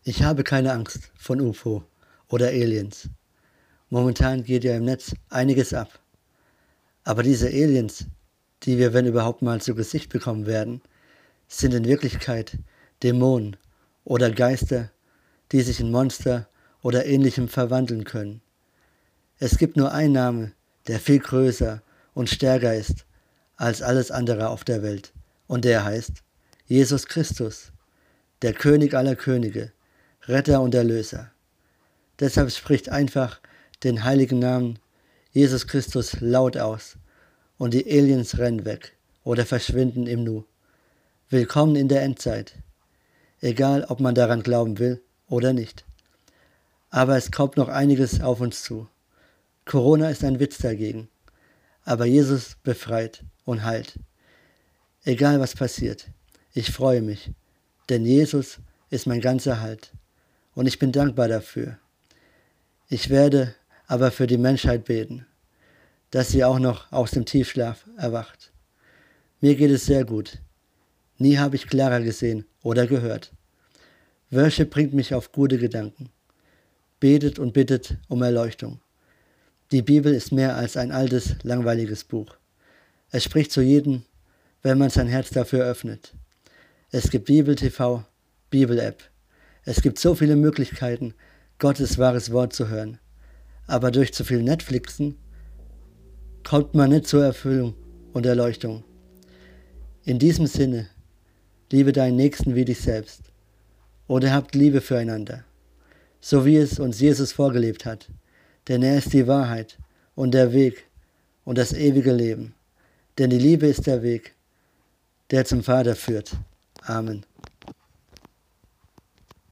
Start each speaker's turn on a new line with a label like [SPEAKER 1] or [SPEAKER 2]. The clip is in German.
[SPEAKER 1] Ich habe keine Angst von UFO oder Aliens. Momentan geht ja im Netz einiges ab. Aber diese Aliens, die wir, wenn überhaupt mal zu Gesicht bekommen werden, sind in Wirklichkeit Dämonen oder Geister, die sich in Monster oder Ähnlichem verwandeln können. Es gibt nur einen Name, der viel größer und stärker ist als alles andere auf der Welt. Und der heißt Jesus Christus, der König aller Könige, Retter und Erlöser. Deshalb spricht einfach den heiligen Namen Jesus Christus laut aus und die Aliens rennen weg oder verschwinden im Nu. Willkommen in der Endzeit, egal ob man daran glauben will oder nicht. Aber es kommt noch einiges auf uns zu. Corona ist ein Witz dagegen, aber Jesus befreit und heilt. Egal was passiert, ich freue mich, denn Jesus ist mein ganzer Halt und ich bin dankbar dafür. Ich werde aber für die Menschheit beten, dass sie auch noch aus dem Tiefschlaf erwacht. Mir geht es sehr gut. Nie habe ich klarer gesehen oder gehört. Worship bringt mich auf gute Gedanken. Betet und bittet um Erleuchtung. Die Bibel ist mehr als ein altes, langweiliges Buch. Es spricht zu jedem, wenn man sein Herz dafür öffnet. Es gibt Bibel-TV, Bibel-App. Es gibt so viele Möglichkeiten, Gottes wahres Wort zu hören. Aber durch zu viel Netflixen kommt man nicht zur Erfüllung und Erleuchtung. In diesem Sinne, liebe deinen Nächsten wie dich selbst. Oder habt Liebe füreinander, so wie es uns Jesus vorgelebt hat. Denn er ist die Wahrheit und der Weg und das ewige Leben. Denn die Liebe ist der Weg, der zum Vater führt. Amen.